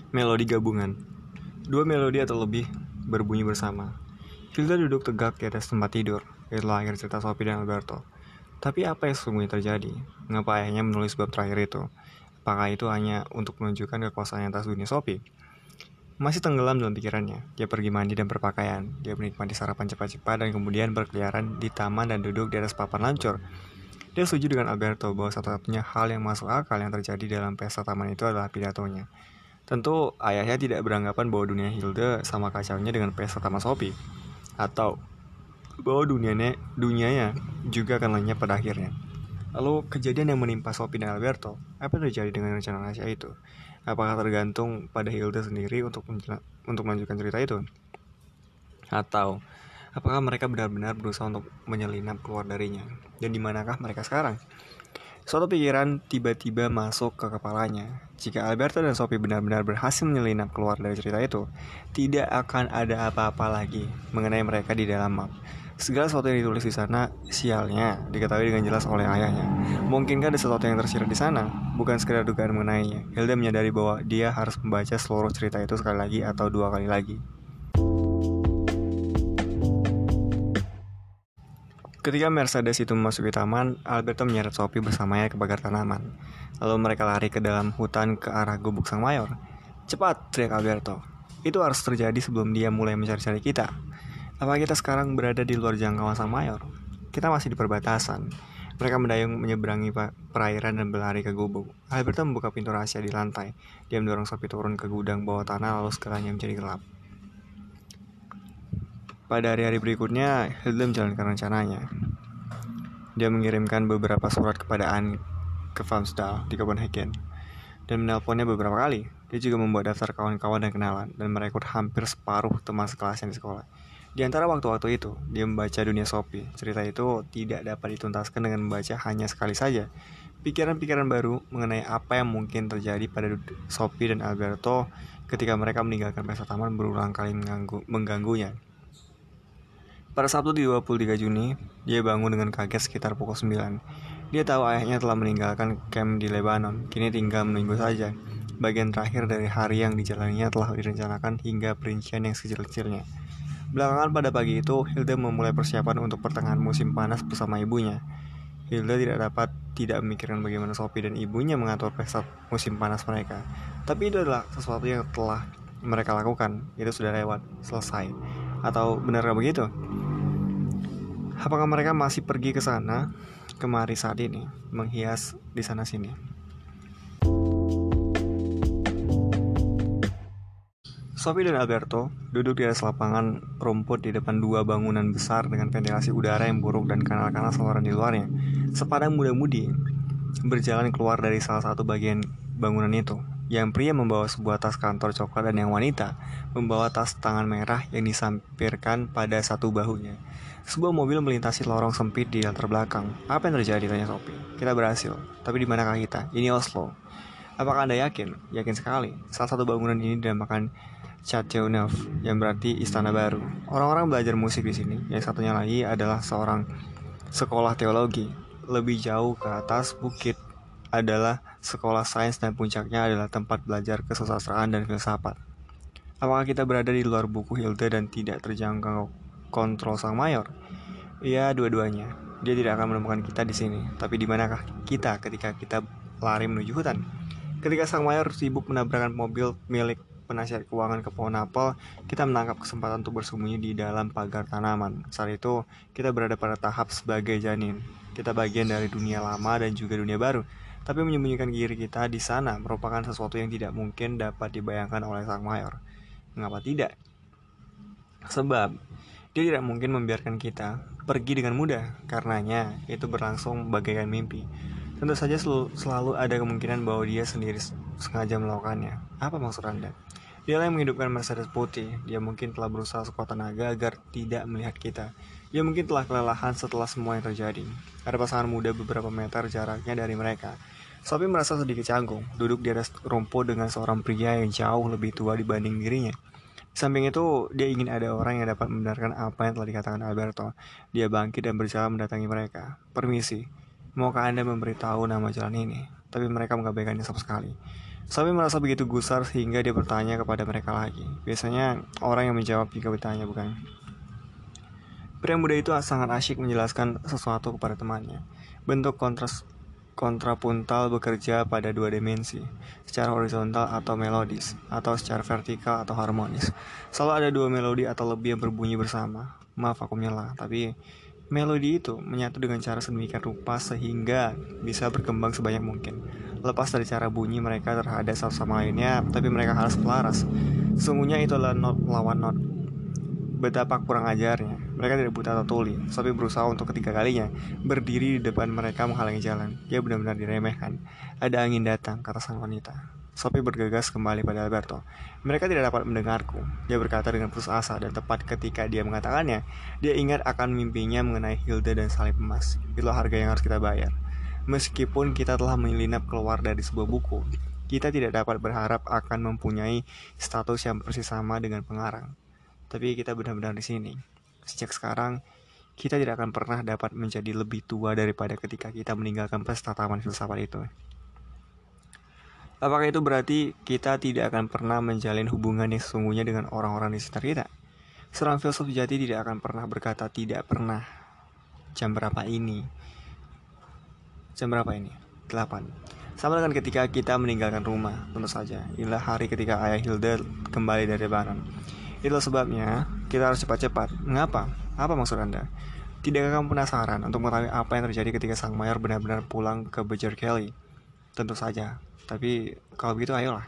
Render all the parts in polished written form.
Melodi gabungan. Dua melodi atau lebih berbunyi bersama. Hilda duduk tegak di atas tempat tidur. Itulah akhir cerita Sophie dan Alberto. Tapi apa yang sesungguhnya terjadi? Mengapa ayahnya menulis bab terakhir itu? Apakah itu hanya untuk menunjukkan kekuasaan atas dunia Sophie? Masih tenggelam dalam pikirannya, dia pergi mandi dan berpakaian. Dia menikmati sarapan cepat-cepat dan kemudian berkeliaran di taman dan duduk di atas papan lancur. Dia setuju dengan Alberto bahwa satu-satunya hal yang masuk akal yang terjadi dalam pesta taman itu adalah pidatonya. Tentu ayahnya tidak beranggapan bahwa dunia Hilda sama kacaunya dengan pesta taman Sophie, atau bahwa dunianya juga akan lenyap pada akhirnya. Lalu kejadian yang menimpa Sophie dan Alberto, apa yang terjadi dengan rencana rahasia itu? Apakah tergantung pada Hilda sendiri untuk melanjutkan cerita itu? Atau apakah mereka benar-benar berusaha untuk menyelinap keluar darinya? Dan di manakah mereka sekarang? Suatu pikiran tiba-tiba masuk ke kepalanya. Jika Alberto dan Sophie benar-benar berhasil menyelinap keluar dari cerita itu, tidak akan ada apa-apa lagi mengenai mereka di dalam map. Segala sesuatu yang ditulis di sana, sialnya, diketahui dengan jelas oleh ayahnya. Mungkinkah ada sesuatu yang tersirat di sana? Bukan sekedar dugaan mengenainya. Hilda menyadari bahwa dia harus membaca seluruh cerita itu sekali lagi atau dua kali lagi. Ketika Mercedes itu memasuki taman, Alberto menyeret Sophie bersamanya ke pagar tanaman. Lalu mereka lari ke dalam hutan ke arah gubuk sang mayor. "Cepat!" teriak Alberto. "Itu harus terjadi sebelum dia mulai mencari-cari kita. Apa kita sekarang berada di luar jangkauan sang mayor? Kita masih di perbatasan." Mereka mendayung menyeberangi perairan dan berlari ke gubuk. Alberto membuka pintu rahasia di lantai. Dia mendorong Sophie turun ke gudang bawah tanah lalu segalanya menjadi gelap. Pada hari-hari berikutnya, Hilda menjalankan rencananya. Dia mengirimkan beberapa surat kepada Anne ke Farmsdale di Copenhagen dan menelponnya beberapa kali. Dia juga membuat daftar kawan-kawan dan kenalan dan merekrut hampir separuh teman sekelasnya di sekolah. Di antara waktu-waktu itu, dia membaca dunia Sophie. Cerita itu tidak dapat dituntaskan dengan membaca hanya sekali saja. Pikiran-pikiran baru mengenai apa yang mungkin terjadi pada Sophie dan Alberto ketika mereka meninggalkan pesta taman berulang kali mengganggunya. Pada Sabtu di 23 Juni, dia bangun dengan kaget sekitar pukul 9. Dia tahu ayahnya telah meninggalkan camp di Lebanon, kini tinggal menunggu saja. Bagian terakhir dari hari yang dijalaninya telah direncanakan hingga perincian yang sekecil-kecilnya. Belakangan pada pagi itu, Hilda memulai persiapan untuk pertengahan musim panas bersama ibunya. Hilda tidak memikirkan bagaimana Sophie dan ibunya mengatur pesta musim panas mereka. Tapi itu adalah sesuatu yang telah mereka lakukan. Itu sudah lewat, selesai. Atau benarkah begitu? Apakah mereka masih pergi ke sana, kemari saat ini, menghias di sana sini? Sophie dan Alberto duduk di atas lapangan rumput di depan dua bangunan besar dengan ventilasi udara yang buruk dan kanal-kanal saluran di luarnya. Sepadang muda-mudi berjalan keluar dari salah satu bagian bangunan itu. Yang pria membawa sebuah tas kantor coklat dan yang wanita membawa tas tangan merah yang disampirkan pada satu bahunya. Sebuah mobil melintasi lorong sempit di latar belakang. "Apa yang terjadi?" tanya Sophie. "Kita berhasil. Tapi di manakah kita? Ini Oslo." "Apakah Anda yakin?" "Yakin sekali. Salah satu bangunan ini dinamakan Chateauneuf, yang berarti istana baru. Orang-orang belajar musik di sini. Yang satunya lagi adalah seorang sekolah teologi. Lebih jauh ke atas bukit adalah sekolah sains dan puncaknya adalah tempat belajar kesusastraan dan filsafat." "Apakah kita berada di luar buku Hilda dan tidak terjangkau kontrol sang mayor?" "Iya, dua-duanya. Dia tidak akan menemukan kita di sini. Tapi di manakah kita ketika kita lari menuju hutan? Ketika sang mayor sibuk menabrakkan mobil milik penasihat keuangan ke pohon apel, kita menangkap kesempatan untuk bersembunyi di dalam pagar tanaman. Saat itu, kita berada pada tahap sebagai janin. Kita bagian dari dunia lama dan juga dunia baru. Tapi menyembunyikan diri kita di sana merupakan sesuatu yang tidak mungkin dapat dibayangkan oleh sang mayor. Mengapa tidak? Sebab dia tidak mungkin membiarkan kita pergi dengan mudah. Karenanya, itu berlangsung bagaikan mimpi. Tentu saja selalu ada kemungkinan bahwa dia sendiri sengaja melakukannya. Apa maksud Anda? Dialah yang menghidupkan Mercedes putih. Dia mungkin telah berusaha sekuat tenaga agar tidak melihat kita. Dia mungkin telah kelelahan setelah semua yang terjadi. Ada pasangan muda beberapa meter jaraknya dari mereka. Sophie merasa sedikit canggung, duduk di atas rumput dengan seorang pria yang jauh lebih tua dibanding dirinya. Di samping itu, dia ingin ada orang yang dapat membenarkan apa yang telah dikatakan Alberto. Dia bangkit dan berjalan mendatangi mereka. "Permisi, maukah Anda memberitahu nama jalan ini?" Tapi mereka mengabaikannya sama sekali. Sophie merasa begitu gusar sehingga dia bertanya kepada mereka lagi. Biasanya orang yang menjawab jika bertanya, bukan? Pria muda itu sangat asyik menjelaskan sesuatu kepada temannya. Bentuk kontrapuntal bekerja pada dua dimensi, secara horizontal atau melodis, atau secara vertikal atau harmonis. Selalu ada dua melodi atau lebih yang berbunyi bersama. Maaf aku menyela, tapi melodi itu menyatu dengan cara sedemikian rupa sehingga bisa berkembang sebanyak mungkin. Lepas dari cara bunyi mereka terhadap satu sama lainnya, tapi mereka harus selaras. Sesungguhnya itu adalah not lawan not. Betapa kurang ajarnya. Mereka tidak buta atau tuli. Sophie berusaha untuk ketiga kalinya berdiri di depan mereka menghalangi jalan. Dia benar-benar diremehkan. Ada angin datang, kata sang wanita. Sophie bergegas kembali pada Alberto. Mereka tidak dapat mendengarku, dia berkata dengan putus asa, dan tepat ketika dia mengatakannya, dia ingat akan mimpinya mengenai Hilda dan salib emas. Itulah harga yang harus kita bayar. Meskipun kita telah menyelinap keluar dari sebuah buku, kita tidak dapat berharap akan mempunyai status yang persis sama dengan pengarang. Tapi kita benar-benar di sini. Sejak sekarang, kita tidak akan pernah dapat menjadi lebih tua daripada ketika kita meninggalkan pesta taman filsafat itu. Apakah itu berarti kita tidak akan pernah menjalin hubungan yang sesungguhnya dengan orang-orang di sekitar kita? Seorang filsuf sejati tidak akan pernah berkata tidak pernah. Jam berapa ini? 8. Sama dengan ketika kita meninggalkan rumah, tentu saja. Inilah hari ketika ayah Hilda kembali dari Lebanon. Itulah sebabnya kita harus cepat-cepat. Mengapa? Apa maksud Anda? Tidakkah kamu penasaran untuk mengetahui apa yang terjadi ketika sang mayor benar-benar pulang ke Becher Kelly? Tentu saja. Tapi kalau begitu ayolah.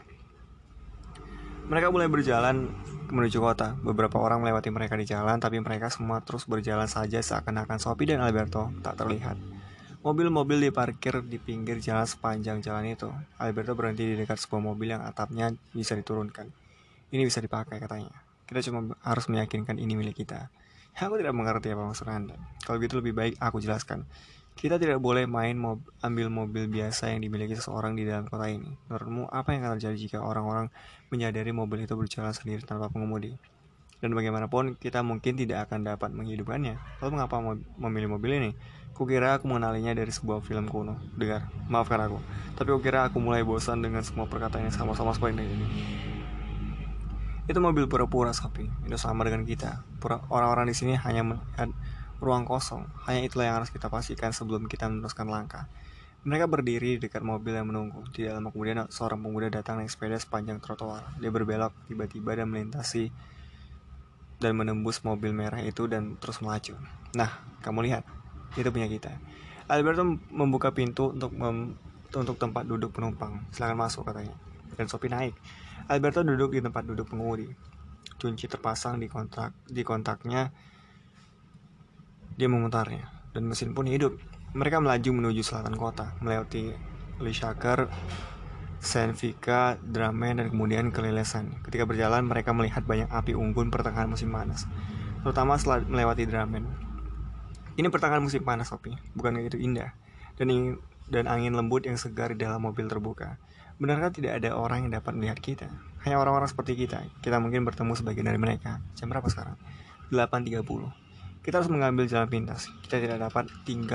Mereka mulai berjalan menuju kota. Beberapa orang melewati mereka di jalan, tapi mereka semua terus berjalan saja seakan-akan Sophie dan Alberto tak terlihat. Mobil-mobil diparkir di pinggir jalan sepanjang jalan itu. Alberto berhenti di dekat sebuah mobil yang atapnya bisa diturunkan. Ini bisa dipakai, katanya. Kita cuma harus meyakinkan ini milik kita. Aku tidak mengerti apa maksud Anda. Kalau gitu lebih baik aku jelaskan. Kita tidak boleh ambil mobil biasa yang dimiliki seseorang di dalam kota ini. Menurutmu, apa yang akan terjadi jika orang-orang menyadari mobil itu berjalan sendiri tanpa pengemudi? Dan bagaimanapun, kita mungkin tidak akan dapat menghidupkannya. Lalu mengapa memilih mobil ini? Kukira aku mengenalinya dari sebuah film kuno. Dengar, maafkan aku. Tapi kukira aku mulai bosan dengan semua perkataan yang sama-sama seperti ini. Itu mobil pura-pura, Sophie. Itu sama dengan kita. Orang-orang di sini hanya melihat ruang kosong. Hanya itulah yang harus kita pastikan sebelum kita meneruskan langkah. Mereka berdiri di dekat mobil yang menunggu. Tidak lama kemudian seorang pemuda datang naik sepeda sepanjang trotoar. Dia berbelok tiba-tiba dan melintasi dan menembus mobil merah itu dan terus melaju. Nah, kamu lihat, itu punya kita. Alberto membuka pintu untuk tempat duduk penumpang. Silakan masuk, katanya. Dan Sophie naik. Alberto duduk di tempat duduk pengemudi. Kunci terpasang di kontaknya. Dia memutarnya, dan mesin pun hidup. Mereka melaju menuju selatan kota, melewati Lishaker, Saint-Vika, Drammen, dan kemudian ke Lillesand. Ketika berjalan, mereka melihat banyak api unggun pertengahan musim panas, terutama setelah melewati Drammen. Ini pertengahan musim panas, Sophie. Bukan begitu indah? Dan angin lembut yang segar di dalam mobil terbuka. Benarkah tidak ada orang yang dapat melihat kita? Hanya orang-orang seperti kita. Kita mungkin bertemu sebagian dari mereka. Jam berapa sekarang? 8.30. Kita harus mengambil jalan pintas. Kita tidak dapat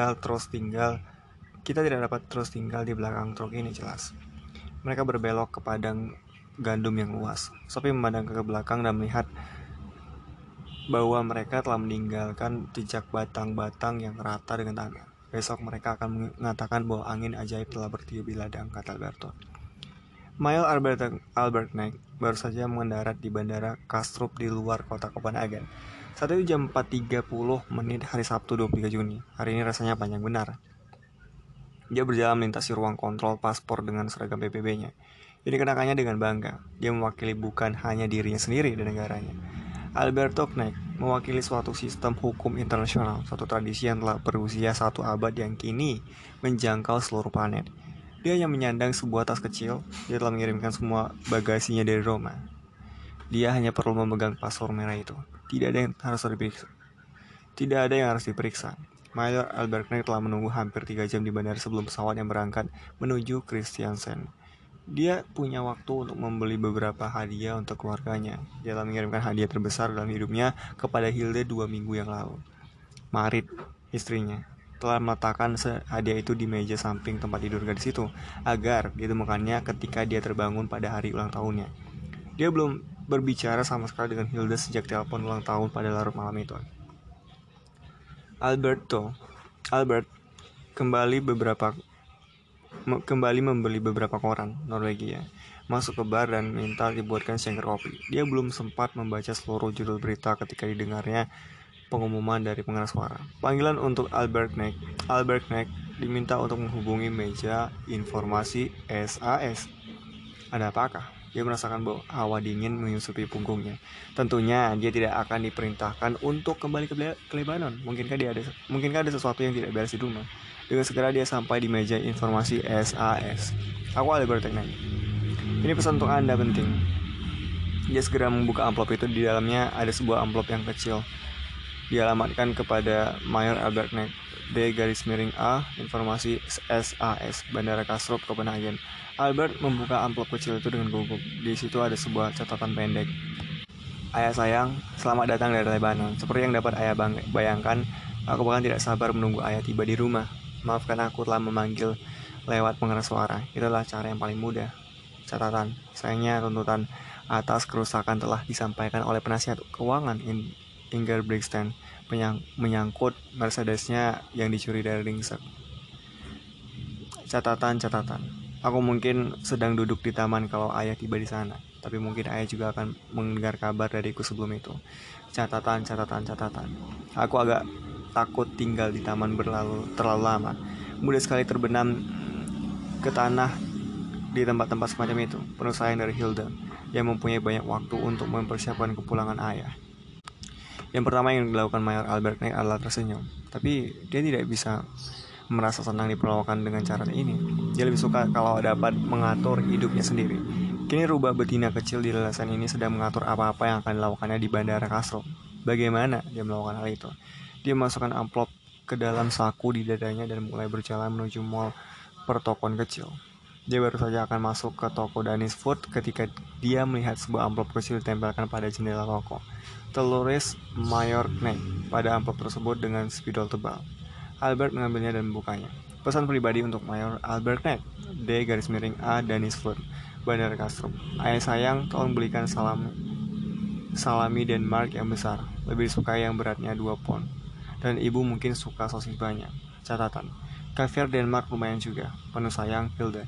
terus tinggal di belakang truk ini, jelas. Mereka berbelok ke padang gandum yang luas. Sophie memandang ke belakang dan melihat bahwa mereka telah meninggalkan jejak batang-batang yang rata dengan tanah. Besok mereka akan mengatakan bahwa angin ajaib telah bertiup di ladang, kata Alberto. Mail Albert Knight baru saja mendarat di bandara Kastrup di luar kota Copenhagen. Saat itu jam 4.30 hari Sabtu 23 Juni. Hari ini rasanya panjang benar. Dia berjalan melintasi ruang kontrol paspor dengan seragam PBB-nya. Dia dikenakannya dengan bangga. Dia mewakili bukan hanya dirinya sendiri dan negaranya. Alberto Knight mewakili suatu sistem hukum internasional, suatu tradisi yang telah berusia 1 abad yang kini menjangkau seluruh planet. Dia hanya menyandang sebuah tas kecil. Dia telah mengirimkan semua bagasinya dari Roma. Dia hanya perlu memegang paspor merah itu. Tidak ada yang harus diperiksa. Mayor Albert Knight telah menunggu hampir 3 jam di bandara sebelum pesawat yang berangkat menuju Kristiansand. Dia punya waktu untuk membeli beberapa hadiah untuk keluarganya. Dia telah mengirimkan hadiah terbesar dalam hidupnya kepada Hilde 2 minggu yang lalu. Marit, istrinya. telah meletakkan hadiah itu di meja samping tempat tidur gadis itu agar ditemukannya ketika dia terbangun pada hari ulang tahunnya. Dia belum berbicara sama sekali dengan Hilda sejak telepon ulang tahun pada larut malam itu. Albert kembali membeli beberapa koran Norwegia, masuk ke bar dan minta dibuatkan secangkir kopi. Dia belum sempat membaca seluruh judul berita ketika didengarnya pengumuman dari pengeras suara. Panggilan untuk Albert Knecht. Albert Knecht diminta untuk menghubungi meja informasi SAS. Ada apakah? Dia merasakan bau hawa dingin menyusupi punggungnya. Tentunya dia tidak akan diperintahkan untuk kembali ke Lebanon. Mungkinkah ada sesuatu yang tidak beres di rumah? Dengan segera dia sampai di meja informasi SAS. Aku Albert Knecht. Ini pesan untuk Anda penting. Dia segera membuka amplop itu. Di dalamnya ada sebuah amplop yang kecil. Dialamatkan kepada Mayor Albert Knecht, D-A, informasi SAS, Bandara Kastrup, Copenhagen. Albert membuka amplop kecil itu dengan gugup. Di situ ada sebuah catatan pendek. Ayah sayang, selamat datang dari Lebanon. Seperti yang dapat ayah bayangkan, aku bahkan tidak sabar menunggu ayah tiba di rumah. Maafkan aku telah memanggil lewat pengeras suara. Itulah cara yang paling mudah. Catatan, sayangnya tuntutan atas kerusakan telah disampaikan oleh penasihat keuangan Inger Brigsten menyangkut Mercedesnya yang dicuri dari ringsek. Catatan. Aku mungkin sedang duduk di taman kalau ayah tiba di sana, tapi mungkin ayah juga akan mendengar kabar dariku sebelum itu. Catatan. Aku agak takut tinggal di taman terlalu lama. Mudah sekali terbenam ke tanah di tempat-tempat semacam itu. Penuh sayang dari Hilda yang mempunyai banyak waktu untuk mempersiapkan kepulangan ayah. Yang pertama yang dilakukan Mayor Albert Knecht adalah tersenyum. Tapi dia tidak bisa merasa senang diperlakukan dengan cara ini. Dia lebih suka kalau dapat mengatur hidupnya sendiri. Kini rubah betina kecil di lelasan ini sedang mengatur apa-apa yang akan dilakukannya di Bandara Kastrup. Bagaimana dia melakukan hal itu? Dia memasukkan amplop ke dalam saku di dadanya dan mulai berjalan menuju mall pertokoan kecil. Dia baru saja akan masuk ke toko Danish Food ketika dia melihat sebuah amplop kecil ditempelkan pada jendela toko. Tertulis Mayor Knecht pada amplop tersebut dengan spidol tebal. Albert mengambilnya dan membukanya. Pesan pribadi untuk Mayor Albert Knecht, D-A, Danish Food, Bandara Kastrup. Ayah sayang, tolong belikan salami Denmark yang besar. Lebih suka yang beratnya 2 pon. Dan ibu mungkin suka sosis banyak. Catatan, kaviar Denmark lumayan juga. Penuh sayang, Hilda.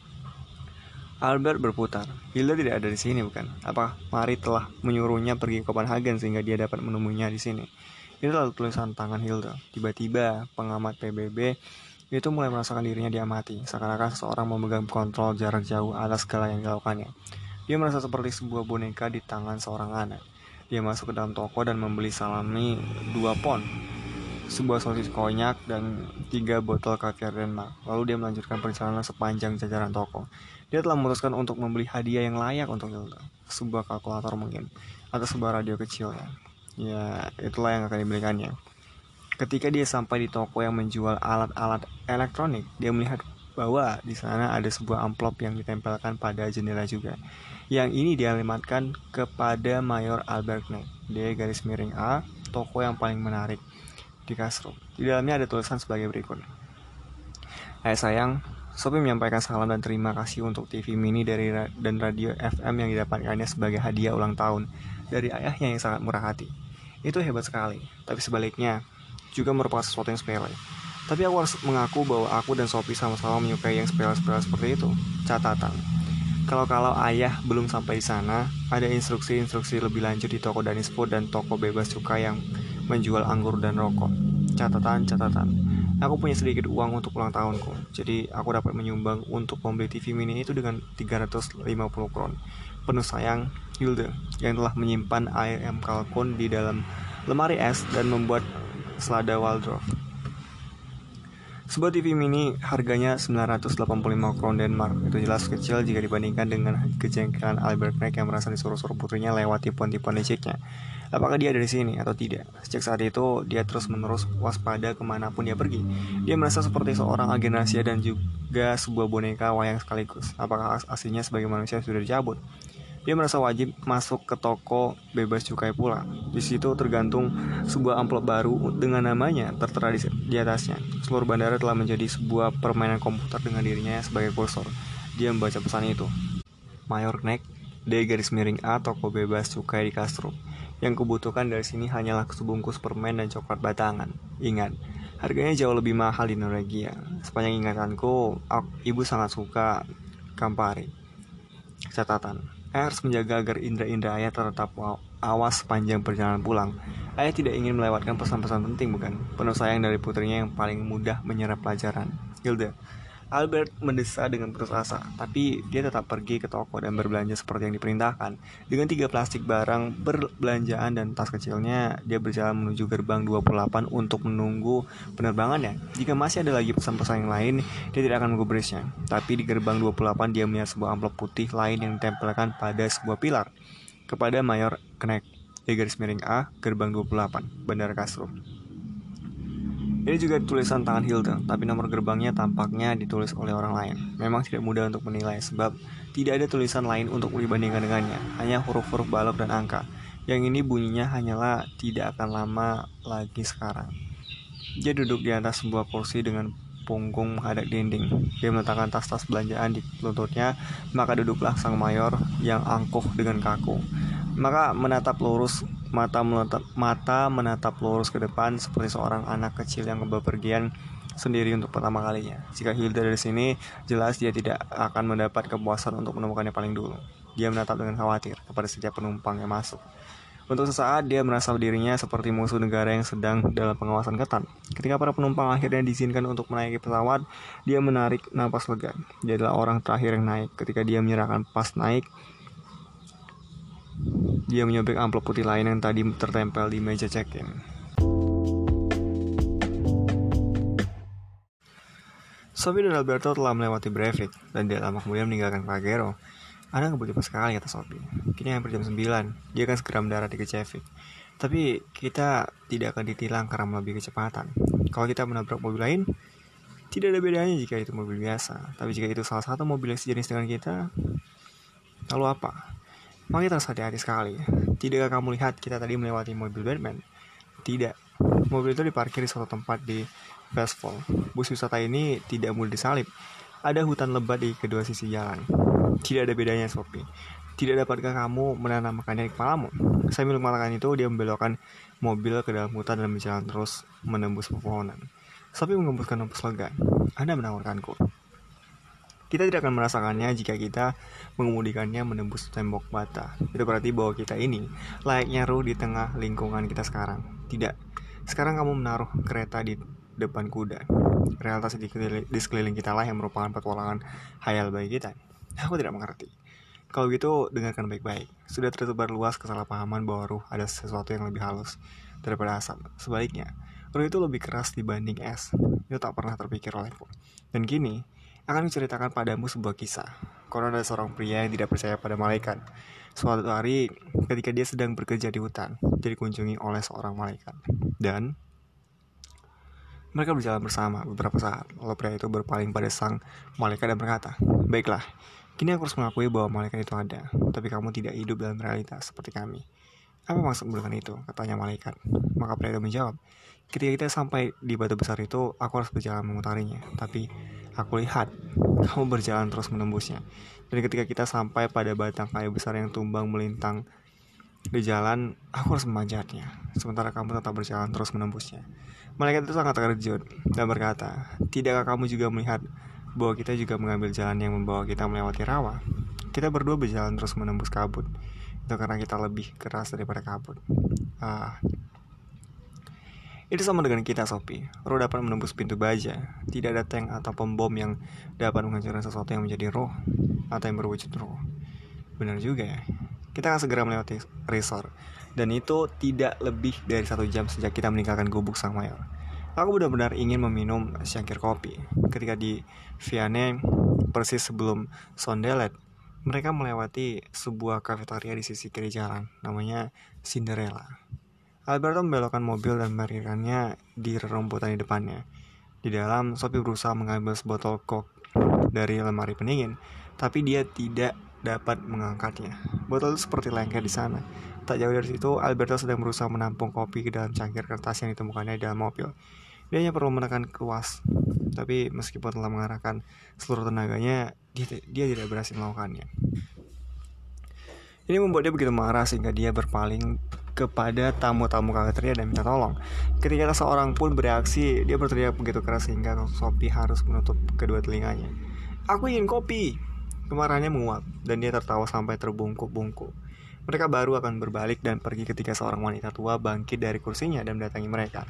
Albert berputar. Hilda tidak ada di sini, bukan? Apa Mari telah menyuruhnya pergi ke Copenhagen sehingga dia dapat menemuinya di sini? Itu lalu tulisan tangan Hilda. Tiba-tiba pengamat PBB itu mulai merasakan dirinya diamati, seakan-akan seseorang memegang kontrol jarak jauh atas segala yang dilakukannya. Dia merasa seperti sebuah boneka di tangan seorang anak. Dia masuk ke dalam toko dan membeli salami 2 pon, sebuah sosis konyak, dan 3 botol kaviar Denmark. Lalu dia melanjutkan perjalanan sepanjang jajaran toko. Dia telah memutuskan untuk membeli hadiah yang layak untuk Hilda, sebuah kalkulator mungkin, atau sebuah radio kecil ya. Ya, itulah yang akan dibelikannya. Ketika dia sampai di toko yang menjual alat-alat elektronik, dia melihat bahwa di sana ada sebuah amplop yang ditempelkan pada jendela juga. Yang ini dialamatkan kepada Mayor Albert Knecht, D-A, toko yang paling menarik di Kastrup. Di dalamnya ada tulisan sebagai berikut. Ayah sayang, Sophie menyampaikan salam dan terima kasih untuk TV mini dan radio FM yang didapatkannya sebagai hadiah ulang tahun dari ayahnya yang sangat murah hati. Itu hebat sekali, tapi sebaliknya juga merupakan sesuatu yang sepele. Tapi aku harus mengaku bahwa aku dan Sophie sama-sama menyukai yang sepele-sepele seperti itu. Catatan, kalau ayah belum sampai di sana, ada instruksi-instruksi lebih lanjut di toko Danish Food dan toko bebas cukai yang menjual anggur dan rokok. Catatan, aku punya sedikit uang untuk ulang tahunku, jadi aku dapat menyumbang untuk membeli TV mini itu dengan 350 kron. Penuh sayang, Hilda, yang telah menyimpan ayam kalkun di dalam lemari es dan membuat selada Waldorf. Sebuah TV mini harganya 985 kron Denmark. Itu jelas kecil jika dibandingkan dengan kejengkelan Albert Knecht yang merasa disuruh-suruh putrinya lewat tipuan-tipuan liciknya. Apakah dia ada di sini atau tidak? Sejak saat itu, dia terus-menerus waspada kemanapun dia pergi. Dia merasa seperti seorang agen rahasia dan juga sebuah boneka wayang sekaligus. Apakah aslinya sebagai manusia sudah dicabut? Dia merasa wajib masuk ke toko bebas cukai pula. Di situ tergantung sebuah amplop baru dengan namanya tertera di atasnya. Seluruh bandara telah menjadi sebuah permainan komputer dengan dirinya sebagai kursor. Dia membaca pesan itu. Mayor Knecht, D-A, toko bebas cukai di Kastrup. Yang kubutuhkan dari sini hanyalah sebungkus permen dan coklat batangan. Ingat, harganya jauh lebih mahal di Norwegia. Sepanjang ingatanku, ibu sangat suka Campari. Catatan, ayah harus menjaga agar indera-indera ayah tetap awas sepanjang perjalanan pulang. Ayah tidak ingin melewatkan pesan-pesan penting, bukan? Penuh sayang dari putrinya yang paling mudah menyerap pelajaran, Hilda. Albert mendesah dengan putus asa, tapi dia tetap pergi ke toko dan berbelanja seperti yang diperintahkan. Dengan 3 plastik barang berbelanjaan dan tas kecilnya, dia berjalan menuju gerbang 28 untuk menunggu penerbangannya. Jika masih ada lagi pesan-pesan yang lain, dia tidak akan menggubrisnya. Tapi di gerbang 28 dia melihat sebuah amplop putih lain yang ditempelkan pada sebuah pilar. Kepada Mayor Knecht, D-A, gerbang 28, Bandara Kastrup. Ini juga tulisan tangan Hilda, tapi nomor gerbangnya tampaknya ditulis oleh orang lain. Memang tidak mudah untuk menilai, sebab tidak ada tulisan lain untuk dibandingkan dengannya, hanya huruf-huruf balok dan angka. Yang ini bunyinya hanyalah tidak akan lama lagi sekarang. Dia duduk di atas sebuah kursi dengan punggung menghadap dinding. Dia meletakkan tas-tas belanjaan di lututnya, maka duduklah sang mayor yang angkuh dengan kaku. Maka mata menatap lurus ke depan seperti seorang anak kecil yang bepergian sendiri untuk pertama kalinya. Jika Hilda dari sini, jelas dia tidak akan mendapat kepuasan untuk menemukannya paling dulu. Dia menatap dengan khawatir kepada setiap penumpang yang masuk. Untuk sesaat dia merasa dirinya seperti musuh negara yang sedang dalam pengawasan ketat. Ketika para penumpang akhirnya diizinkan untuk menaiki pesawat, dia menarik napas lega. Dia adalah orang terakhir yang naik. Ketika dia menyerahkan pas naik, dia menyobek amplop putih lain yang tadi tertempel di meja check-in. Sophie dan Alberto telah melewati Breivik dan tidak lama kemudian meninggalkan Pagero. Anda ngebut cepat sekali, kata Sophie. Kini hampir jam 9. Dia akan segera mendarat di Kecevik. Tapi kita tidak akan ditilang karena melebihi kecepatan. Kalau kita menabrak mobil lain, tidak ada bedanya jika itu mobil biasa. Tapi jika itu salah satu mobil yang sejenis dengan kita, lalu apa? Maka kita harus hati-hati sekali. Tidakkah kamu lihat kita tadi melewati mobil Batman? Tidak. Mobil itu diparkir di suatu tempat di Vestfold. Bus wisata ini tidak mudah disalip. Ada hutan lebat di kedua sisi jalan. Tidak ada bedanya, Sophie. Tidak dapatkah kamu menanamkannya di kepalamu? Sambil mengatakan itu, dia membelokkan mobil ke dalam hutan dan berjalan terus menembus pepohonan. Sophie mengembuskan napas lega. Anda menawarkanku. Kita tidak akan merasakannya jika kita mengemudikannya menembus tembok bata. Itu berarti bahwa kita ini layaknya ruh di tengah lingkungan kita sekarang. Tidak. Sekarang kamu menaruh kereta di depan kuda. Realitas di sekeliling kita lah yang merupakan petualangan hayal bagi kita. Aku tidak mengerti. Kalau gitu, dengarkan baik-baik. Sudah tersebar luas kesalahpahaman bahwa ruh ada sesuatu yang lebih halus daripada asap. Sebaliknya, ruh itu lebih keras dibanding es. Itu tak pernah terpikir olehku. Dan kini, akan menceritakan padamu sebuah kisah. Konon ada seorang pria yang tidak percaya pada malaikat. Suatu hari, ketika dia sedang bekerja di hutan, dia dikunjungi oleh seorang malaikat. Dan mereka berjalan bersama beberapa saat. Lalu pria itu berpaling pada sang malaikat dan berkata, baiklah, kini aku harus mengakui bahwa malaikat itu ada, tapi kamu tidak hidup dalam realitas seperti kami. Apa maksudmu dengan itu? Katanya malaikat. Maka pria itu menjawab, ketika kita sampai di batu besar itu, aku harus berjalan memutarinya. Tapi aku lihat kamu berjalan terus menembusnya. Dan ketika kita sampai pada batang kayu besar yang tumbang melintang di jalan, aku harus memanjatnya. Sementara kamu tetap berjalan terus menembusnya. Malaikat itu sangat terkejut dan berkata, tidakkah kamu juga melihat bahwa kita juga mengambil jalan yang membawa kita melewati rawa? Kita berdua berjalan terus menembus kabut. Itu karena kita lebih keras daripada kabut. Itu sama dengan kita, Sophie. Roh dapat menembus pintu baja. Tidak ada tank atau pembom yang dapat menghancurkan sesuatu yang menjadi roh atau yang berwujud roh. Benar juga ya. Kita akan segera melewati resort. Dan itu tidak lebih dari 1 jam sejak kita meninggalkan gubuk sang mayor. Aku benar-benar ingin meminum secangkir kopi. Ketika di Vianney, persis sebelum Sondelet, mereka melewati sebuah kafetaria di sisi kiri jalan. Namanya Cinderella. Alberto membelokkan mobil dan memarkirkannya di rerumputan di depannya. Di dalam, Sophie berusaha mengambil sebotol kok dari lemari pendingin, tapi dia tidak dapat mengangkatnya. Botol itu seperti lengket di sana. Tak jauh dari situ, Alberto sedang berusaha menampung kopi ke dalam cangkir kertas yang ditemukannya di dalam mobil. Dia hanya perlu menekan kuas, tapi meskipun telah mengarahkan seluruh tenaganya, dia tidak berhasil melakukannya. Ini membuat dia begitu marah sehingga dia berpaling kepada tamu-tamu kafeteria dan minta tolong. Ketika seorang pun bereaksi, dia berteriak begitu keras sehingga Sophie harus menutup kedua telinganya. "Aku ingin kopi!" Kemarahannya menguap dan dia tertawa sampai terbungkuk-bungkuk. Mereka baru akan berbalik dan pergi ketika seorang wanita tua bangkit dari kursinya dan mendatangi mereka.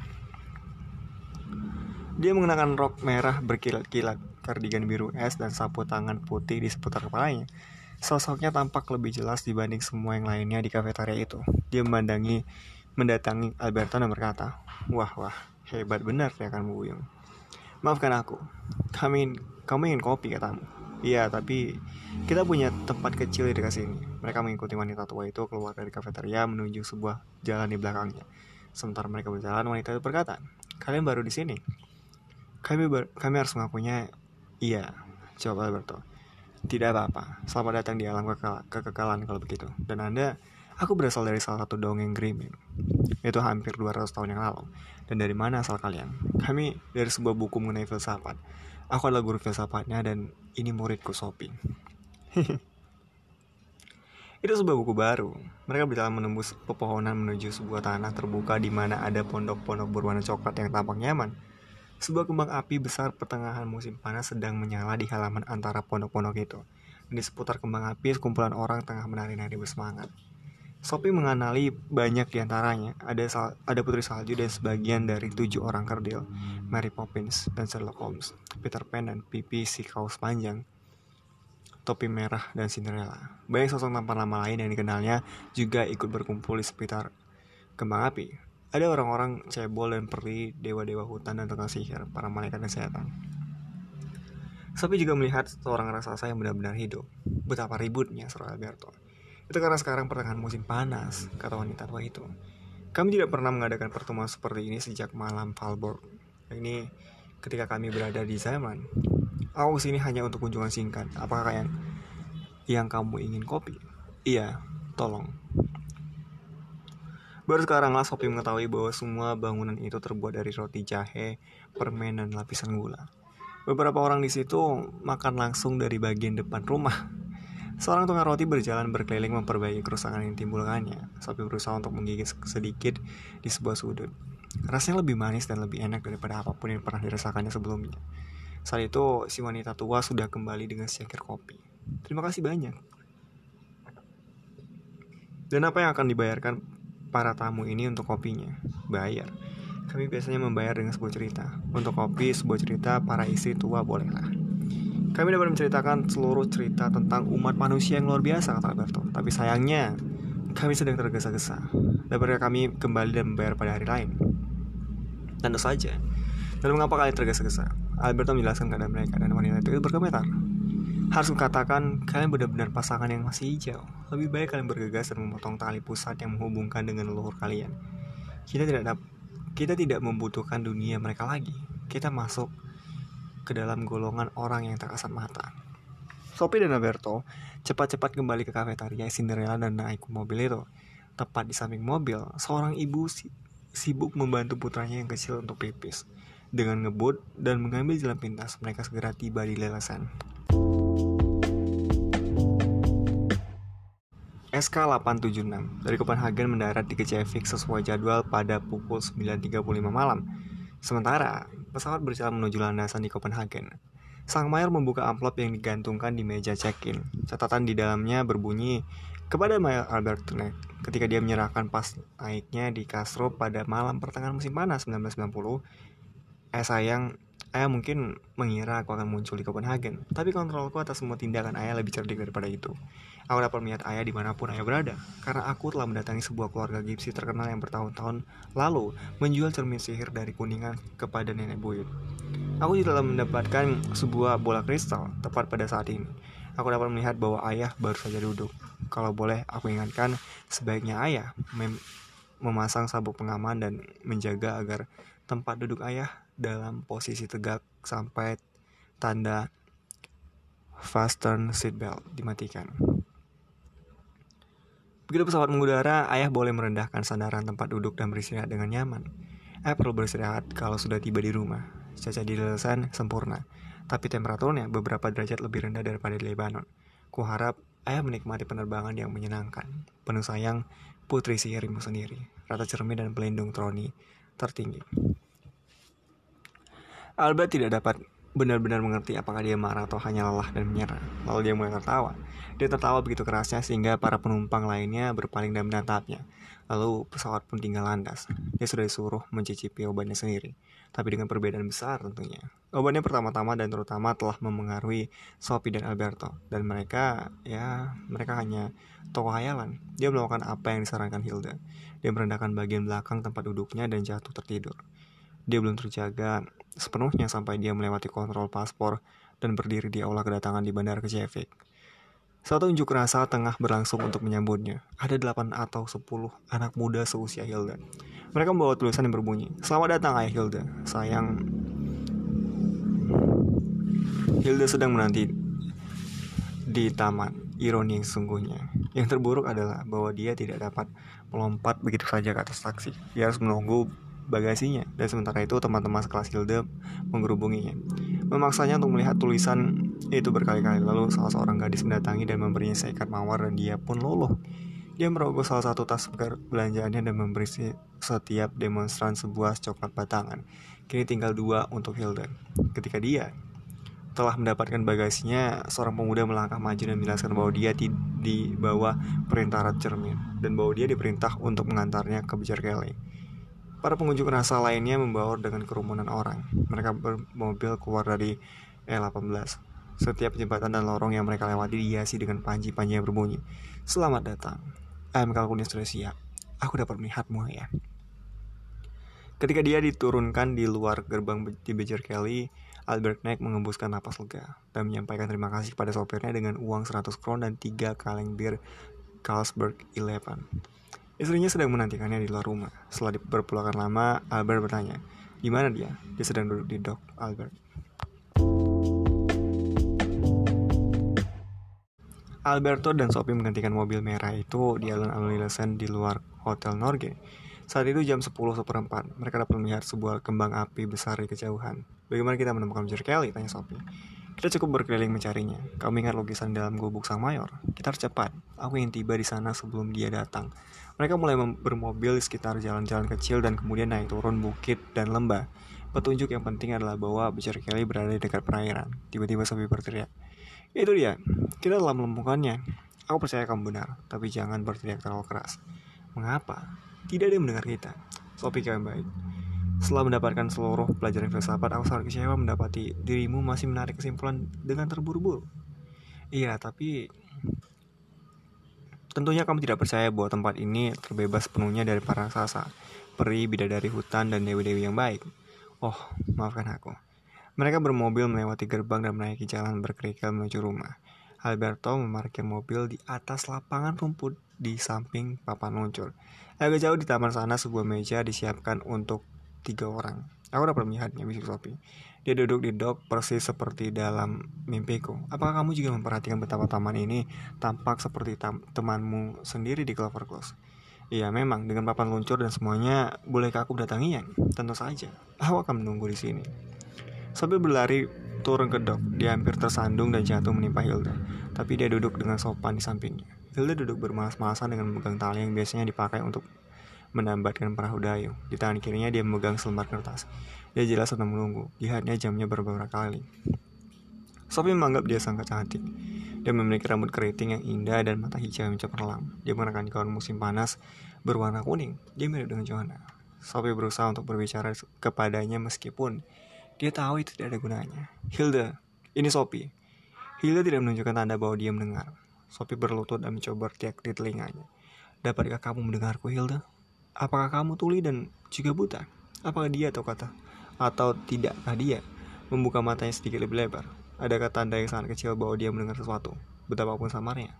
Dia mengenakan rok merah berkilat-kilat, kardigan biru es, dan sapu tangan putih di seputar kepalanya. Sosoknya tampak lebih jelas dibanding semua yang lainnya di kafetaria itu. Dia mendatangi Alberto dan berkata, Wah, hebat benar ya kan Bu Buyung. Maafkan aku, kamu ingin kopi katamu. Iya, tapi kita punya tempat kecil di dekat sini. Mereka mengikuti wanita tua itu keluar dari kafetaria menuju sebuah jalan di belakangnya. Sementara mereka berjalan, wanita itu berkata, Kalian baru di sini? Kami harus mengakuinya. Iya, jawab Alberto. Tidak apa-apa, selamat datang di alam kekekalan kalau begitu. Dan aku berasal dari salah satu dongeng Grimm. Itu hampir 200 tahun yang lalu. Dan dari mana asal kalian? Kami dari sebuah buku mengenai filsafat. Aku adalah guru filsafatnya dan ini muridku Sophie. Itu sebuah buku baru. Mereka berjalan menembus pepohonan menuju sebuah tanah terbuka di mana ada pondok-pondok berwarna coklat yang tampak nyaman. Sebuah kembang api besar pertengahan musim panas sedang menyala di halaman antara pondok-pondok itu. Di seputar kembang api, sekumpulan orang tengah menari-nari bersemangat. Sophie mengenali banyak di antaranya. Ada Putri Salju dan sebagian dari 7 orang kerdil, Mary Poppins dan Sherlock Holmes, Peter Pan dan Pipi si kaus panjang, topi merah dan Cinderella. Banyak sosok tampan lama lain yang dikenalnya juga ikut berkumpul di sekitar kembang api. Ada orang-orang cebol dan peri, dewa-dewa hutan dan tukang sihir, para malaikat dan setan. Sophie juga melihat seorang raksasa yang benar-benar hidup. Betapa ributnya, seru Alberto. Itu karena sekarang pertengahan musim panas, kata wanita tua itu. Kami tidak pernah mengadakan pertemuan seperti ini sejak malam Valborg. Ini ketika kami berada di zaman. Aku kesini hanya untuk kunjungan singkat. Apakah yang kamu ingin kopi? Iya, tolong. Baru sekaranglah Sophie mengetahui bahwa semua bangunan itu terbuat dari roti jahe, permen, dan lapisan gula. Beberapa orang di situ makan langsung dari bagian depan rumah. Seorang tukang roti berjalan berkeliling memperbaiki kerusakan yang timbulkannya. Sophie berusaha untuk menggigit sedikit di sebuah sudut. Rasanya lebih manis dan lebih enak daripada apapun yang pernah dirasakannya sebelumnya. Saat itu, si wanita tua sudah kembali dengan secangkir kopi. Terima kasih banyak. Dan apa yang akan dibayarkan para tamu ini untuk kopinya? Bayar. Kami biasanya membayar dengan sebuah cerita. Untuk kopi, sebuah cerita para istri tua bolehlah. Kami dapat menceritakan seluruh cerita tentang umat manusia yang luar biasa, kata Alberto. Tapi sayangnya, kami sedang tergesa-gesa. Dapatkah kami kembali dan membayar pada hari lain? Tentu saja. Dan mengapa kalian tergesa-gesa? Alberto menjelaskan keadaan mereka dan wanita itu berkomentar. Harus kukatakan, kalian benar-benar pasangan yang masih hijau. Lebih baik kalian bergegas dan memotong tali pusat yang menghubungkan dengan leluhur kalian. Kita tidak membutuhkan dunia mereka lagi. Kita masuk ke dalam golongan orang yang tak kasat mata. Sophie dan Alberto cepat-cepat kembali ke kafetaria Cinderella dan naik ke mobil itu. Tepat di samping mobil, seorang ibu sibuk membantu putranya yang kecil untuk pipis. Dengan ngebut dan mengambil jalan pintas, mereka segera tiba di Lelesen. SK876 dari Copenhagen mendarat di Kjevik sesuai jadwal pada pukul 9.35 malam. Sementara, pesawat berjalan menuju landasan di Copenhagen. Sang mayor membuka amplop yang digantungkan di meja check-in. Catatan di dalamnya berbunyi, kepada Mayor Albertine, ketika dia menyerahkan pas naiknya di Kastrup pada malam pertengahan musim panas 1990. Sayang, ayah mungkin mengira aku akan muncul di Copenhagen, tapi kontrolku atas semua tindakan ayah lebih cerdik daripada itu. Aku dapat melihat ayah dimanapun ayah berada, karena aku telah mendatangi sebuah keluarga gipsi terkenal yang bertahun-tahun lalu menjual cermin sihir dari Kuningan kepada nenek buyut. Aku juga telah mendapatkan sebuah bola kristal tepat pada saat ini. Aku dapat melihat bahwa ayah baru saja duduk. Kalau boleh aku ingatkan, sebaiknya ayah memasang sabuk pengaman dan menjaga agar tempat duduk ayah dalam posisi tegak sampai tanda fasten seatbelt dimatikan. Begitu pesawat mengudara, ayah boleh merendahkan sandaran tempat duduk dan beristirahat dengan nyaman. Ayah perlu beristirahat kalau sudah tiba di rumah. Cuaca di Lesan sempurna, tapi temperaturnya beberapa derajat lebih rendah daripada di Lebanon. Kuharap ayah menikmati penerbangan yang menyenangkan. Penuh sayang, putri sihirmu sendiri. Rata cermin dan pelindung troni tertinggi. Albert tidak dapat benar-benar mengerti apakah dia marah atau hanya lelah dan menyerah. Lalu dia mulai tertawa. Dia tertawa begitu kerasnya sehingga para penumpang lainnya berpaling dan menatapnya. Lalu pesawat pun tinggal landas. Dia sudah disuruh mencicipi obatnya sendiri, tapi dengan perbedaan besar tentunya. Obatnya pertama-tama dan terutama telah memengaruhi Sophie dan Alberto, dan mereka hanya tokoh hayalan. Dia melakukan apa yang disarankan Hilda. Dia merendahkan bagian belakang tempat duduknya dan jatuh tertidur. Dia belum terjaga sepenuhnya sampai dia melewati kontrol paspor dan berdiri di aula kedatangan di Bandara Keflavik. Suatu unjuk rasa tengah berlangsung untuk menyambutnya. Ada 8 atau 10 anak muda seusia Hilda. Mereka membawa tulisan yang berbunyi, "Selamat datang Ayah Hilda. Sayang, Hilda sedang menanti di taman." Ironi yang sesungguhnya. Yang terburuk adalah bahwa dia tidak dapat melompat begitu saja ke atas taksi. Dia harus menunggu bagasinya, dan sementara itu teman-teman sekelas Hilda menggerubunginya, memaksanya untuk melihat tulisan itu berkali-kali. Lalu salah seorang gadis mendatangi dan memberinya seikat mawar, dan dia pun luluh. Dia merogoh salah satu tas belanjaannya dan memberi setiap demonstran sebuah coklat batangan. Kini tinggal 2 untuk Hilda. Ketika dia telah mendapatkan bagasinya, seorang pemuda melangkah maju dan menjelaskan bahwa dia di bawah perintah Rat Cermin, dan bahwa dia diperintah untuk mengantarnya ke Becher Kelly. Para pengunjuk rasa lainnya membaur dengan kerumunan orang. Mereka bermobil keluar dari E18. Setiap jembatan dan lorong yang mereka lewati dihiasi dengan panji-panji yang berbunyi, "Selamat datang. Ayam kalkunnya sudah siap. Aku dapat melihatmu ya." Ketika dia diturunkan di luar gerbang di Becher Kelly, Albert naik mengembuskan napas lega dan menyampaikan terima kasih kepada sopirnya dengan uang 100 kron dan 3 kaleng bir Carlsberg 11. Istrinya sedang menantikannya di luar rumah. Setelah berpulangkan lama, Albert bertanya, "Di mana dia?" "Dia sedang duduk di dock, Albert." Alberto dan Sophie menggantikan mobil merah itu di alun-alun Lillesen di luar Hotel Norge. Saat itu jam 10:04. Mereka dapat melihat sebuah kembang api besar di kejauhan. "Bagaimana kita menemukan Becher Kelly?" tanya Sophie. "Kita cukup berkeliling mencarinya. Kamu ingat lukisan dalam gubuk sang mayor? Kita harus cepat. Aku ingin tiba di sana sebelum dia datang." Mereka mulai bermobil di sekitar jalan-jalan kecil dan kemudian naik turun bukit dan lembah. Petunjuk yang penting adalah bahwa Becher Kelly berada di dekat perairan. Tiba-tiba Sophie berteriak, "Itu dia. Kita telah menemukannya." "Aku percaya kamu benar, tapi jangan berteriak terlalu keras." "Mengapa? Tidak ada yang mendengar kita." Sophie yang baik. "Setelah mendapatkan seluruh pelajaran filsafat, aku sangat kecewa mendapati dirimu masih menarik kesimpulan dengan terburu-buru." "Iya, tapi tentunya kamu tidak percaya bahwa tempat ini terbebas sepenuhnya dari para raksasa, peri, bidadari hutan, dan dewi-dewi yang baik." "Oh, maafkan aku." Mereka bermobil melewati gerbang dan menaiki jalan berkerikil menuju rumah. Alberto memarkir mobil di atas lapangan rumput di samping papan luncur. Agak jauh di taman sana sebuah meja disiapkan untuk 3 orang. "Aku dapat melihatnya," bisik Sophie. "Dia duduk di dock persis seperti dalam mimpiku." "Apakah kamu juga memperhatikan betapa taman ini tampak seperti temanmu sendiri di Clover Close?" "Iya, memang dengan papan luncur dan semuanya. Bolehkah aku mendatanginya?" "Tentu saja. Aku akan menunggu di sini." Sophie berlari turun ke dock. Dia hampir tersandung dan jatuh menimpa Hilda, tapi dia duduk dengan sopan di sampingnya. Hilda duduk bermalas-malasan dengan memegang tali yang biasanya dipakai untuk menambatkan perahu dayung. Di tangan kirinya dia memegang selembar kertas. Dia jelas sedang menunggu. Lihatnya jamnya beberapa kali. Sophie menganggap dia sangat cantik. Dia memiliki rambut keriting yang indah dan mata hijau yang cemerlang. Dia mengenakan gaun musim panas berwarna kuning. Dia mirip dengan Joanna. Sophie berusaha untuk berbicara kepadanya meskipun dia tahu itu tidak ada gunanya. "Hilda, ini Sophie." Hilda tidak menunjukkan tanda bahwa dia mendengar. Sophie berlutut dan mencoba berteriak di telinganya. "Dapatkah kamu mendengarku, Hilda? Apakah kamu tuli dan juga buta? Apakah dia atau tidakkah dia?" Membuka matanya sedikit lebih lebar. Adakah tanda yang sangat kecil bahwa dia mendengar sesuatu, betapapun samarnya?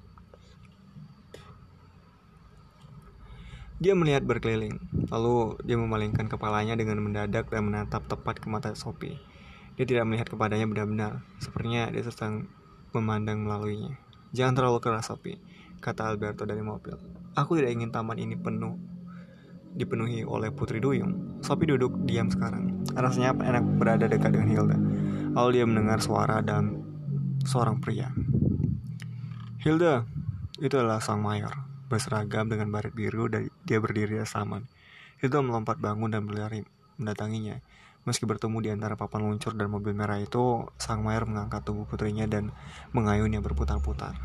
Dia melihat berkeliling, lalu dia memalingkan kepalanya dengan mendadak dan menatap tepat ke mata Sophie. Dia tidak melihat kepadanya benar-benar, sepertinya dia sedang memandang melaluinya. "Jangan terlalu keras, Sophie," kata Alberto dari mobil. Aku tidak ingin taman ini dipenuhi oleh putri duyung. Sophie duduk diam sekarang. Rasanya enak berada dekat dengan Hilda. Lalu dia mendengar suara dan seorang pria. Hilda, itu adalah sang mayor, berseragam dengan baret biru dan dia berdiri di atas taman. Hilda melompat bangun dan berlari mendatanginya. Meski bertemu di antara papan luncur dan mobil merah itu, sang mayor mengangkat tubuh putrinya dan mengayunnya berputar-putar.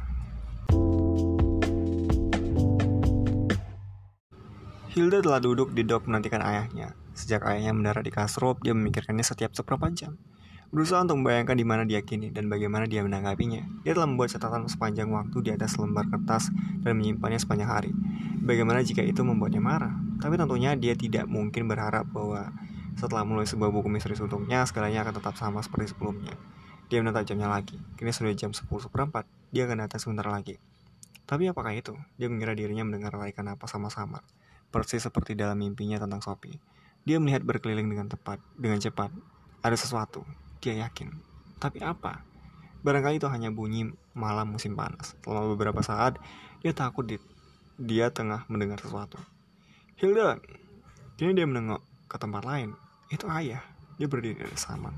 Hilda telah duduk di dok menantikan ayahnya. Sejak ayahnya mendarat di Kasrup, dia memikirkannya setiap seberapa jam. Berusaha untuk membayangkan di mana dia kini dan bagaimana dia menanggapinya. Dia telah membuat catatan sepanjang waktu di atas lembar kertas dan menyimpannya sepanjang hari. Bagaimana jika itu membuatnya marah? Tapi tentunya dia tidak mungkin berharap bahwa setelah menulis sebuah buku misteri untuknya, segalanya akan tetap sama seperti sebelumnya. Dia menatap jamnya lagi. Kini sudah jam 10:04. Dia akan datang sebentar lagi. Tapi apakah itu? Dia mengira dirinya mendengar tarikan napas sama-sama. Persis seperti dalam mimpinya tentang Sophie. Dia melihat berkeliling dengan cepat. Ada sesuatu, dia yakin. Tapi apa? Barangkali itu hanya bunyi malam musim panas. Selama beberapa saat, dia takut dia tengah mendengar sesuatu. Hilda! Kini dia menengok ke tempat lain. Itu ayah. Dia berdiri di saman.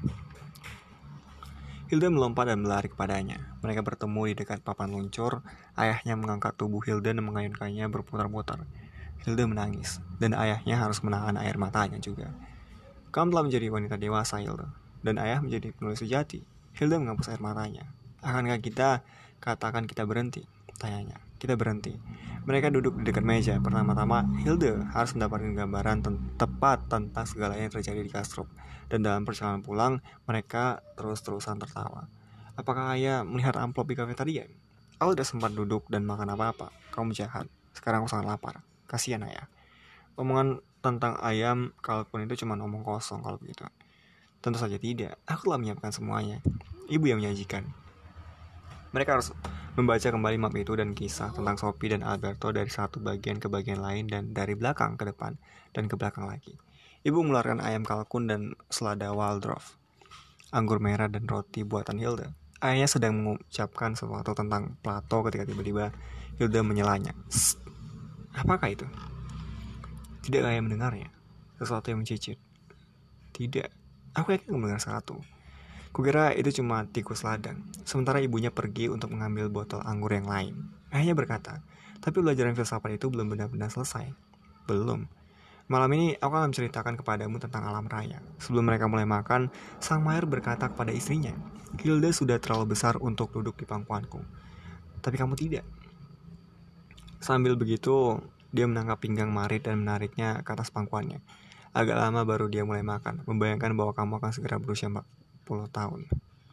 Hilda melompat dan berlari kepadanya. Mereka bertemu di dekat papan luncur. Ayahnya mengangkat tubuh Hilda dan mengayunkannya berputar-putar. Hilda menangis, dan ayahnya harus menahan air matanya juga. Kamu telah menjadi wanita dewasa, Hilda, dan ayah menjadi penulis sejati. Hilda menghapus air matanya. Akankah kita katakan kita berhenti? Tanyanya. Kita berhenti. Mereka duduk di dekat meja. Pertama-tama, Hilda harus mendapatkan gambaran tepat tentang segala yang terjadi di Kasrup. Dan dalam perjalanan pulang, mereka terus-terusan tertawa. Apakah ayah melihat amplop di kafetaria? Aku tidak sempat duduk dan makan apa-apa. Kamu jahat. Sekarang aku sangat lapar. Kasihan ayah. Omongan tentang ayam kalkun itu cuma omong kosong kalau begitu. Tentu saja tidak. Aku telah menyiapkan semuanya. Ibu yang menyajikan. Mereka harus membaca kembali map itu dan kisah tentang Sophie dan Alberto dari satu bagian ke bagian lain dan dari belakang ke depan dan ke belakang lagi. Ibu mengeluarkan ayam kalkun dan selada Waldorf, anggur merah dan roti buatan Hilda. Ayahnya sedang mengucapkan sesuatu tentang Plato ketika tiba-tiba Hilda menyelanya. Apakah itu? Tidak ayah mendengarnya. Sesuatu yang mencicit. Tidak. Aku yakin mendengar satu. Kukira itu cuma tikus ladang. Sementara ibunya pergi untuk mengambil botol anggur yang lain. Ayahnya berkata, tapi pelajaran filsafat itu belum benar-benar selesai. Belum. Malam ini aku akan menceritakan kepadamu tentang alam raya. Sebelum mereka mulai makan, sang mayor berkata kepada istrinya, Hilda sudah terlalu besar untuk duduk di pangkuanku. Tapi kamu tidak. Sambil begitu, dia menangkap pinggang Marit dan menariknya ke atas pangkuannya. Agak lama baru dia mulai makan, membayangkan bahwa kamu akan segera berusia 40 tahun.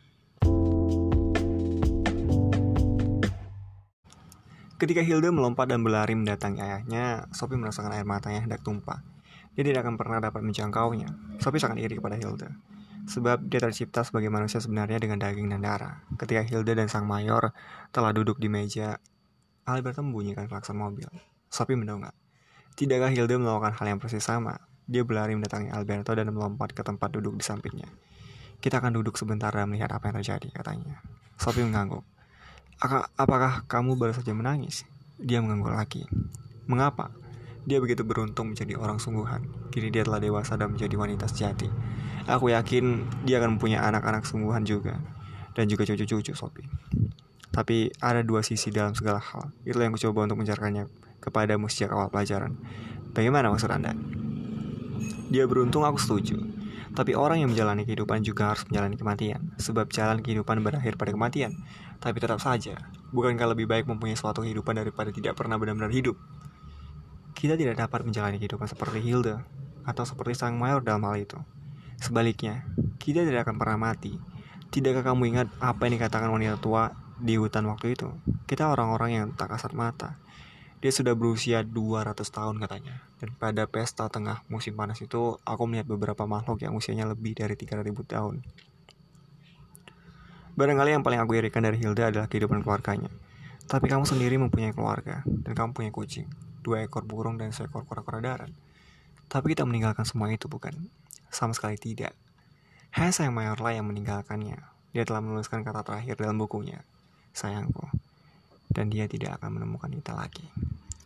Ketika Hilda melompat dan berlari mendatangi ayahnya, Sophie merasakan air matanya hendak tumpah. Dia tidak akan pernah dapat menjangkaunya. Sophie sangat iri kepada Hilda, sebab dia tercipta sebagai manusia sebenarnya dengan daging dan darah. Ketika Hilda dan sang mayor telah duduk di meja, Alberto membunyikan klakson mobil. Sophie mendongak. Tidakkah Hilda melakukan hal yang persis sama? Dia berlari mendatangi Alberto dan melompat ke tempat duduk di sampingnya. Kita akan duduk sebentar dan melihat apa yang terjadi, katanya. Sophie mengangguk. Apakah kamu baru saja menangis? Dia mengangguk lagi. Mengapa? Dia begitu beruntung menjadi orang sungguhan. Kini dia telah dewasa dan menjadi wanita sejati. Aku yakin dia akan mempunyai anak-anak sungguhan juga. Dan juga cucu-cucu, Sophie. Tapi ada dua sisi dalam segala hal. Itulah yang kucoba untuk menjelaskannya kepadamu sejak awal pelajaran. Bagaimana maksud Anda? Dia beruntung, aku setuju. Tapi orang yang menjalani kehidupan juga harus menjalani kematian. Sebab jalan kehidupan berakhir pada kematian. Tapi tetap saja, bukankah lebih baik mempunyai suatu kehidupan daripada tidak pernah benar-benar hidup? Kita tidak dapat menjalani kehidupan seperti Hilda atau seperti sang mayor dalam hal itu. Sebaliknya, kita tidak akan pernah mati. Tidakkah kamu ingat apa yang dikatakan wanita tua di hutan waktu itu? Kita orang-orang yang tak kasat mata. Dia sudah berusia 200 tahun katanya. Dan pada pesta tengah musim panas itu, aku melihat beberapa makhluk yang usianya lebih dari 3.000 tahun. Barangkali yang paling aku irikan dari Hilda adalah kehidupan keluarganya. Tapi kamu sendiri mempunyai keluarga, dan kamu punya kucing, 2 ekor burung dan 1 ekor kura-kura darat. Tapi kita meninggalkan semua itu, bukan? Sama sekali tidak. Hanya sang mayor lah yang meninggalkannya. Dia telah menuliskan kata terakhir dalam bukunya, sayangku. Dan dia tidak akan menemukan kita lagi.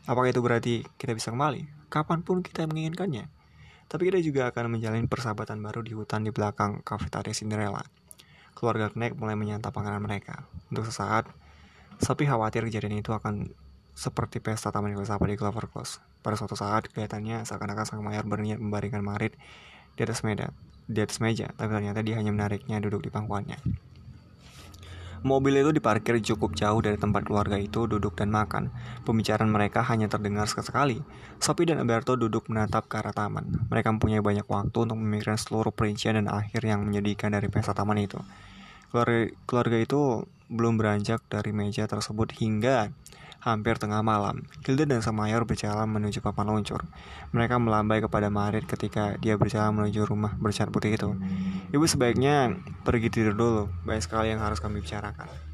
Apakah itu berarti kita bisa kembali kapanpun kita menginginkannya? Tapi kita juga akan menjalin persahabatan baru di hutan di belakang kafetaria Cinderella. Keluarga Knack mulai menyantap makanan mereka. Untuk sesaat, Sophie khawatir kejadian itu akan seperti pesta taman filsafat di Clover Close. Pada suatu saat, kelihatannya seakan-akan sang mayor berniat membaringkan Marit di atas meja, tapi ternyata dia hanya menariknya duduk di pangkuannya. Mobil itu diparkir cukup jauh dari tempat keluarga itu duduk dan makan. Pembicaraan mereka hanya terdengar sekali. Sophie dan Alberto duduk menatap ke arah taman. Mereka mempunyai banyak waktu untuk memikirkan seluruh perincian dan akhir yang menyedihkan dari pesta taman itu. Keluarga itu belum beranjak dari meja tersebut hingga hampir tengah malam. Hilda dan sang mayor berjalan menuju papan luncur. Mereka melambai kepada Marit ketika dia berjalan menuju rumah bercat putih itu. Ibu sebaiknya pergi tidur dulu. Banyak sekali yang harus kami bicarakan.